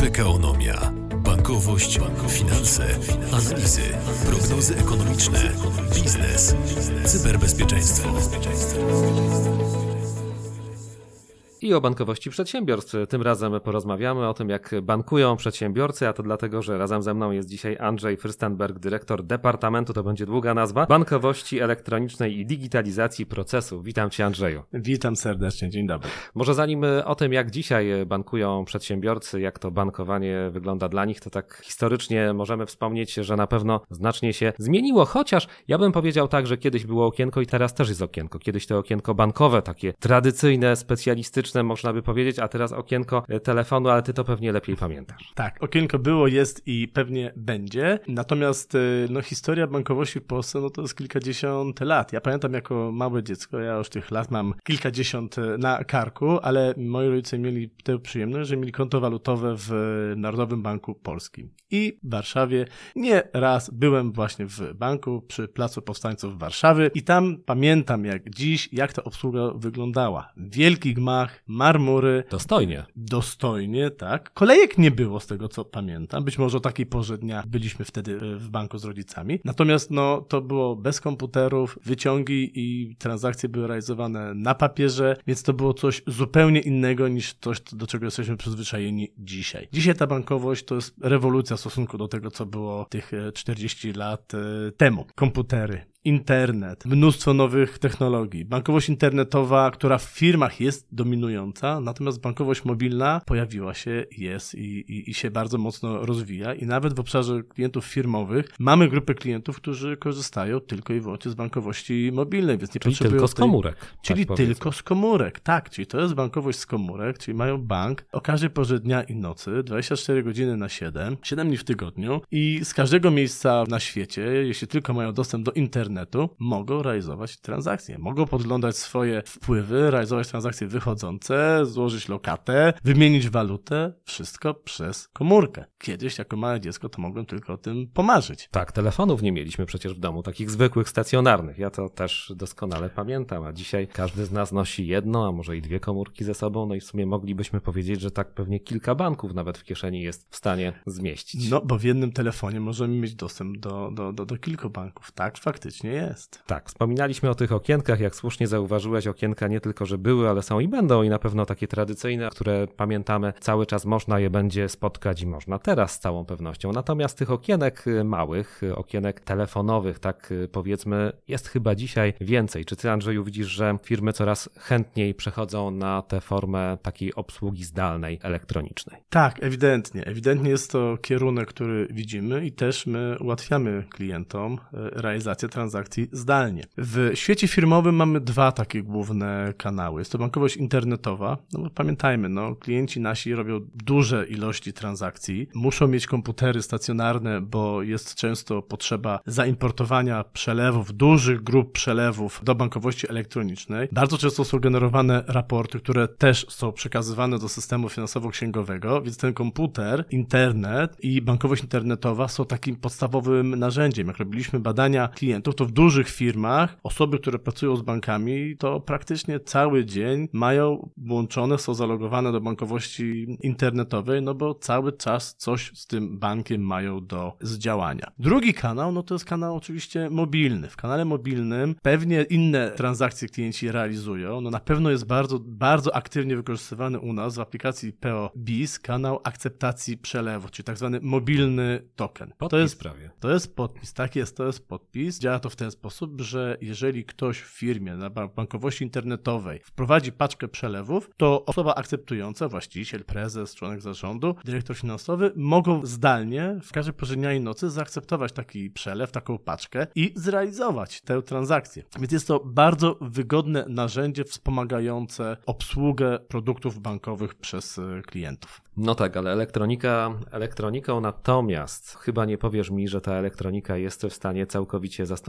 Pekaonomia. Bankowość, finanse, analizy, prognozy ekonomiczne, biznes, cyberbezpieczeństwo. I o bankowości przedsiębiorstw. Tym razem porozmawiamy o tym, jak bankują przedsiębiorcy, a to dlatego, że razem ze mną jest dzisiaj Andrzej Fürstenberg, dyrektor Departamentu, to będzie długa nazwa, Bankowości Elektronicznej i Digitalizacji Procesów. Witam Cię, Andrzeju. Witam serdecznie, dzień dobry. Może zanim o tym, jak dzisiaj bankują przedsiębiorcy, jak to bankowanie wygląda dla nich, to tak historycznie możemy wspomnieć, że na pewno znacznie się zmieniło, chociaż ja bym powiedział tak, że kiedyś było okienko i teraz też jest okienko. Kiedyś to okienko bankowe, takie tradycyjne, specjalistyczne, można by powiedzieć, a teraz okienko telefonu, ale ty to pewnie lepiej pamiętasz. Tak, okienko było, jest i pewnie będzie, natomiast historia bankowości w Polsce to jest kilkadziesiąt lat. Ja pamiętam jako małe dziecko, ja już tych lat mam kilkadziesiąt na karku, ale moi rodzice mieli tę przyjemność, że mieli konto walutowe w Narodowym Banku Polskim. I w Warszawie nie raz byłem właśnie w banku przy Placu Powstańców Warszawy i tam pamiętam jak dziś, jak ta obsługa wyglądała. Wielki gmach, marmury. Dostojnie, tak. Kolejek nie było z tego, co pamiętam. Być może o takiej porze dnia byliśmy wtedy w banku z rodzicami. Natomiast to było bez komputerów, wyciągi i transakcje były realizowane na papierze, więc to było coś zupełnie innego niż coś, do czego jesteśmy przyzwyczajeni dzisiaj. Dzisiaj ta bankowość to jest rewolucja w stosunku do tego, co było tych 40 lat temu. Komputery, internet, mnóstwo nowych technologii. Bankowość internetowa, która w firmach jest dominująca, natomiast bankowość mobilna pojawiła się, jest i się bardzo mocno rozwija i nawet w obszarze klientów firmowych mamy grupę klientów, którzy korzystają tylko i wyłącznie z bankowości mobilnej, więc nie potrzebują tylko z komórek. Czyli tylko z komórek, tak, czyli to jest bankowość z komórek, czyli mają bank o każdej porze dnia i nocy, 24 godziny na 7 dni w tygodniu i z każdego miejsca na świecie, jeśli tylko mają dostęp do internetu, mogą realizować transakcje. Mogą podglądać swoje wpływy, realizować transakcje wychodzące, złożyć lokatę, wymienić walutę. Wszystko przez komórkę. Kiedyś jako małe dziecko to mogłem tylko o tym pomarzyć. Tak, telefonów nie mieliśmy przecież w domu, takich zwykłych, stacjonarnych. Ja to też doskonale pamiętam, a dzisiaj każdy z nas nosi jedno, a może i dwie komórki ze sobą, no i w sumie moglibyśmy powiedzieć, że tak pewnie kilka banków nawet w kieszeni jest w stanie zmieścić. No, bo w jednym telefonie możemy mieć dostęp do kilku banków. Tak, faktycznie jest. Tak, wspominaliśmy o tych okienkach, jak słusznie zauważyłeś, okienka nie tylko, że były, ale są i będą i na pewno takie tradycyjne, które pamiętamy cały czas, można je będzie spotkać i można teraz z całą pewnością. Natomiast tych okienek małych, okienek telefonowych, tak powiedzmy, jest chyba dzisiaj więcej. Czy ty, Andrzeju, widzisz, że firmy coraz chętniej przechodzą na tę formę takiej obsługi zdalnej, elektronicznej? Tak, ewidentnie. Ewidentnie jest to kierunek, który widzimy i też my ułatwiamy klientom realizację transakcji zdalnie. W świecie firmowym mamy dwa takie główne kanały. Jest to bankowość internetowa. No bo pamiętajmy, klienci nasi robią duże ilości transakcji. Muszą mieć komputery stacjonarne, bo jest często potrzeba zaimportowania przelewów, dużych grup przelewów do bankowości elektronicznej. Bardzo często są generowane raporty, które też są przekazywane do systemu finansowo-księgowego, więc ten komputer, internet i bankowość internetowa są takim podstawowym narzędziem. Jak robiliśmy badania klientów, to w dużych firmach osoby, które pracują z bankami, to praktycznie cały dzień mają włączone, są zalogowane do bankowości internetowej, bo cały czas coś z tym bankiem mają do zdziałania. Drugi kanał, to jest kanał oczywiście mobilny. W kanale mobilnym pewnie inne transakcje klienci realizują. Na pewno jest bardzo, bardzo aktywnie wykorzystywany u nas w aplikacji PO-BIS kanał akceptacji przelewów, czyli tak zwany mobilny token. To jest podpis, tak jest, to jest podpis. Działa to w ten sposób, że jeżeli ktoś w firmie na bankowości internetowej wprowadzi paczkę przelewów, to osoba akceptująca, właściciel, prezes, członek zarządu, dyrektor finansowy mogą zdalnie w każdej porze dnia i nocy zaakceptować taki przelew, taką paczkę i zrealizować tę transakcję. Więc jest to bardzo wygodne narzędzie wspomagające obsługę produktów bankowych przez klientów. No tak, ale elektroniką natomiast chyba nie powiesz mi, że ta elektronika jest w stanie całkowicie zastąpić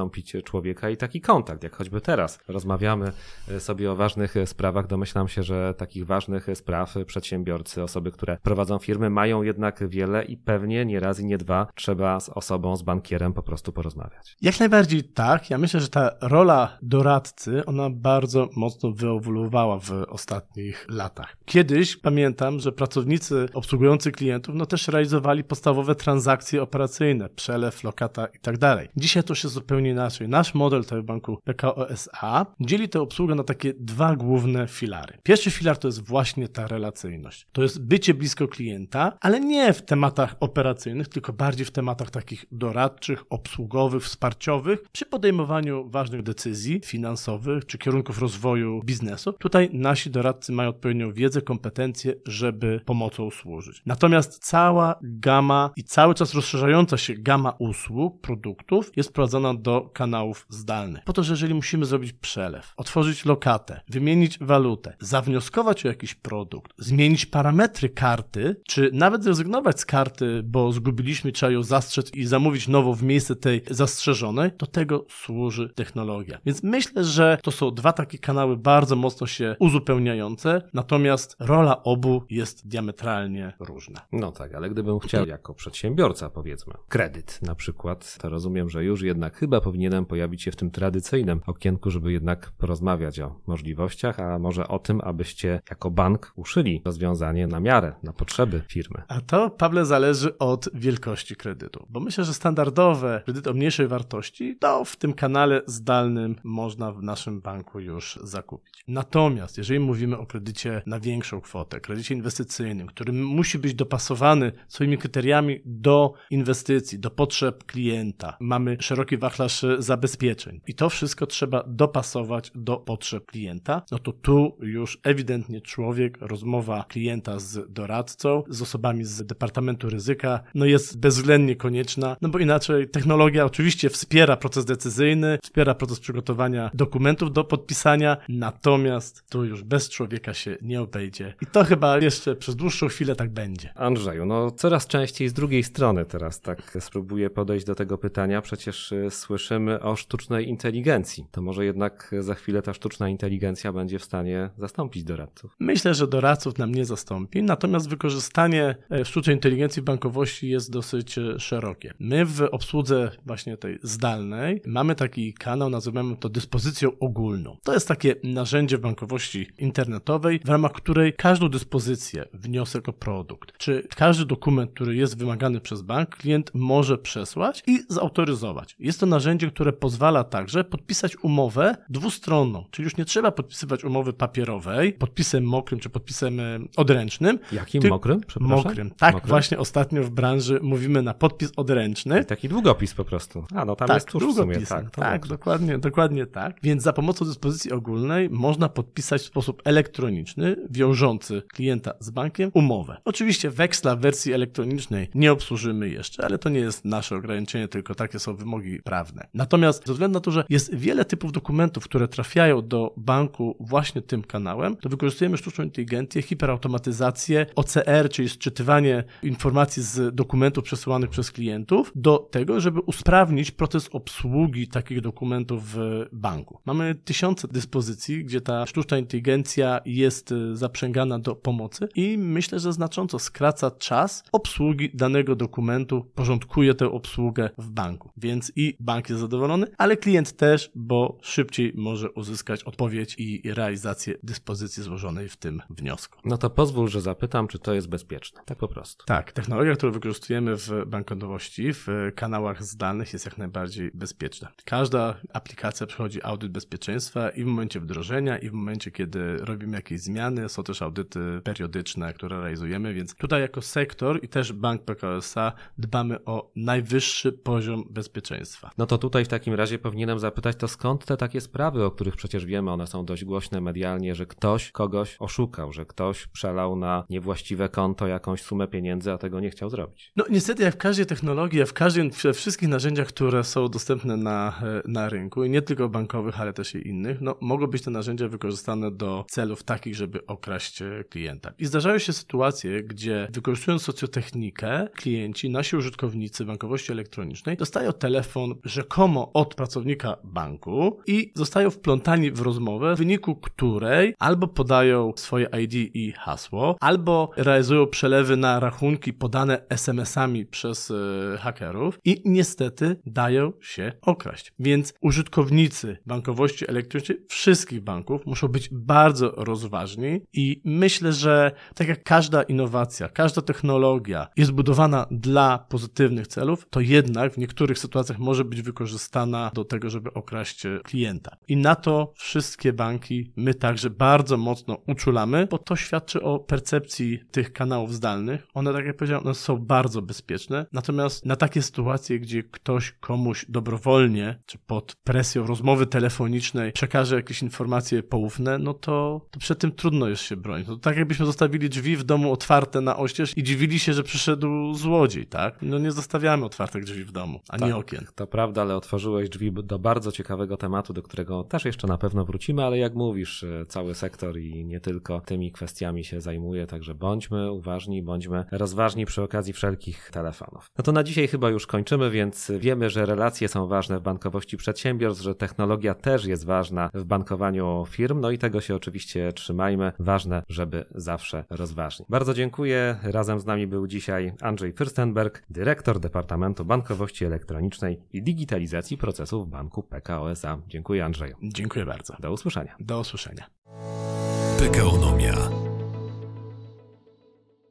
zastąpić człowieka i taki kontakt, jak choćby teraz. Rozmawiamy sobie o ważnych sprawach. Domyślam się, że takich ważnych spraw przedsiębiorcy, osoby, które prowadzą firmy, mają jednak wiele i pewnie nie raz i nie dwa trzeba z osobą, z bankierem po prostu porozmawiać. Jak najbardziej tak. Ja myślę, że ta rola doradcy, ona bardzo mocno wyewoluowała w ostatnich latach. Kiedyś pamiętam, że pracownicy obsługujący klientów też realizowali podstawowe transakcje operacyjne, przelew, lokata i tak dalej. Dzisiaj to już jest zupełnie inaczej. Nasz model tego banku PKO SA dzieli tę obsługę na takie dwa główne filary. Pierwszy filar to jest właśnie ta relacyjność. To jest bycie blisko klienta, ale nie w tematach operacyjnych, tylko bardziej w tematach takich doradczych, obsługowych, wsparciowych, przy podejmowaniu ważnych decyzji finansowych czy kierunków rozwoju biznesu. Tutaj nasi doradcy mają odpowiednią wiedzę, kompetencje, żeby pomocą służyć. Natomiast cała gama i cały czas rozszerzająca się gama usług, produktów jest prowadzona do kanałów zdalnych. Po to, że jeżeli musimy zrobić przelew, otworzyć lokatę, wymienić walutę, zawnioskować o jakiś produkt, zmienić parametry karty, czy nawet zrezygnować z karty, bo zgubiliśmy, trzeba ją zastrzec i zamówić nową w miejsce tej zastrzeżonej, do tego służy technologia. Więc myślę, że to są dwa takie kanały bardzo mocno się uzupełniające, natomiast rola obu jest diametralnie różna. No tak, ale gdybym chciał jako przedsiębiorca, powiedzmy, kredyt na przykład, to rozumiem, że już jednak chyba powinienem pojawić się w tym tradycyjnym okienku, żeby jednak porozmawiać o możliwościach, a może o tym, abyście jako bank uszyli rozwiązanie na miarę, na potrzeby firmy. A to, Pawle, zależy od wielkości kredytu, bo myślę, że standardowe kredyty o mniejszej wartości to w tym kanale zdalnym można w naszym banku już zakupić. Natomiast jeżeli mówimy o kredycie na większą kwotę, kredycie inwestycyjnym, który musi być dopasowany swoimi kryteriami do inwestycji, do potrzeb klienta, mamy szeroki wachlarz zabezpieczeń i to wszystko trzeba dopasować do potrzeb klienta, to tu już ewidentnie człowiek, rozmowa klienta z doradcą, z osobami z Departamentu Ryzyka, jest bezwzględnie konieczna, bo inaczej technologia oczywiście wspiera proces decyzyjny, wspiera proces przygotowania dokumentów do podpisania, natomiast tu już bez człowieka się nie obejdzie. I to chyba jeszcze przez dłuższą chwilę tak będzie. Andrzeju, coraz częściej z drugiej strony teraz tak spróbuję podejść do tego pytania. Przecież słyszymy o sztucznej inteligencji. To może jednak za chwilę ta sztuczna inteligencja będzie w stanie zastąpić doradców? Myślę, że doradców nam nie zastąpi, natomiast wykorzystanie sztucznej inteligencji w bankowości jest dosyć szerokie. My w obsłudze właśnie tej zdalnej mamy taki kanał, nazywamy to dyspozycją ogólną. To jest takie narzędzie w bankowości internetowej, w ramach której każdą dyspozycję, wniosek o produkt, czy każdy dokument, który jest wymagany przez bank, klient może przesłać i zautoryzować. Jest to narzędzie, które pozwala także podpisać umowę dwustronną, czyli już nie trzeba podpisywać umowy papierowej, podpisem mokrym czy podpisem odręcznym. Jakim mokrym? Przepraszam? Mokrym. Tak, mokrym? Właśnie ostatnio w branży mówimy na podpis odręczny. I taki długopis po prostu. Tam tak, jest tuż w sumie. Tak, dokładnie tak. Więc za pomocą dyspozycji ogólnej można podpisać w sposób elektroniczny, wiążący klienta z bankiem, umowę. Oczywiście weksla w wersji elektronicznej nie obsłużymy jeszcze, ale to nie jest nasze ograniczenie, tylko takie są wymogi prawne. Natomiast ze względu na to, że jest wiele typów dokumentów, które trafiają do banku właśnie tym kanałem, to wykorzystujemy sztuczną inteligencję, hiperautomatyzację, OCR, czyli sczytywanie informacji z dokumentów przesyłanych przez klientów, do tego, żeby usprawnić proces obsługi takich dokumentów w banku. Mamy tysiące dyspozycji, gdzie ta sztuczna inteligencja jest zaprzęgana do pomocy i myślę, że znacząco skraca czas obsługi danego dokumentu, porządkuje tę obsługę w banku. Więc i bank jest zadowolony, ale klient też, bo szybciej może uzyskać odpowiedź i realizację dyspozycji złożonej w tym wniosku. To pozwól, że zapytam, czy to jest bezpieczne. Tak po prostu. Tak, technologia, którą wykorzystujemy w bankowości, w kanałach zdalnych jest jak najbardziej bezpieczna. Każda aplikacja przechodzi audyt bezpieczeństwa i w momencie wdrożenia, i w momencie, kiedy robimy jakieś zmiany. Są też audyty periodyczne, które realizujemy, więc tutaj jako sektor i też Bank PKO SA dbamy o najwyższy poziom bezpieczeństwa. To tutaj w takim razie powinienem zapytać, to skąd te takie sprawy, o których przecież wiemy, one są dość głośne medialnie, że ktoś kogoś oszukał, że ktoś przelał na niewłaściwe konto jakąś sumę pieniędzy, a tego nie chciał zrobić. Niestety jak w każdej technologii, we wszystkich narzędziach, które są dostępne na rynku i nie tylko bankowych, ale też i innych, mogą być te narzędzia wykorzystane do celów takich, żeby okraść klienta. I zdarzają się sytuacje, gdzie wykorzystując socjotechnikę, klienci, nasi użytkownicy bankowości elektronicznej dostają telefon rzekomo rzekomo od pracownika banku i zostają wplątani w rozmowę, w wyniku której albo podają swoje ID i hasło, albo realizują przelewy na rachunki podane SMS-ami przez hakerów i niestety dają się okraść. Więc użytkownicy bankowości elektronicznej wszystkich banków muszą być bardzo rozważni i myślę, że tak jak każda innowacja, każda technologia jest budowana dla pozytywnych celów, to jednak w niektórych sytuacjach może być wykorzystana do tego, żeby okraść klienta. I na to wszystkie banki, my także bardzo mocno uczulamy, bo to świadczy o percepcji tych kanałów zdalnych. One, tak jak powiedziałem, one są bardzo bezpieczne, natomiast na takie sytuacje, gdzie ktoś komuś dobrowolnie, czy pod presją rozmowy telefonicznej przekaże jakieś informacje poufne, no to przed tym trudno jest się bronić. To tak jakbyśmy zostawili drzwi w domu otwarte na oścież i dziwili się, że przyszedł złodziej, tak? No nie zostawiamy otwartych drzwi w domu, ani tak, okien. To prawda, ale otworzyłeś drzwi do bardzo ciekawego tematu, do którego też jeszcze na pewno wrócimy, ale jak mówisz, cały sektor i nie tylko tymi kwestiami się zajmuje, także bądźmy uważni, bądźmy rozważni przy okazji wszelkich telefonów. No to na dzisiaj chyba już kończymy, więc wiemy, że relacje są ważne w bankowości przedsiębiorstw, że technologia też jest ważna w bankowaniu firm, no i tego się oczywiście trzymajmy. Ważne, żeby zawsze rozważnie. Bardzo dziękuję. Razem z nami był dzisiaj Andrzej Fürstenberg, dyrektor Departamentu Bankowości Elektronicznej i Digitalizacji Procesów Banku PKO SA. Dziękuję, Andrzeju. Dziękuję bardzo. Do usłyszenia. Do usłyszenia. PKOnomia.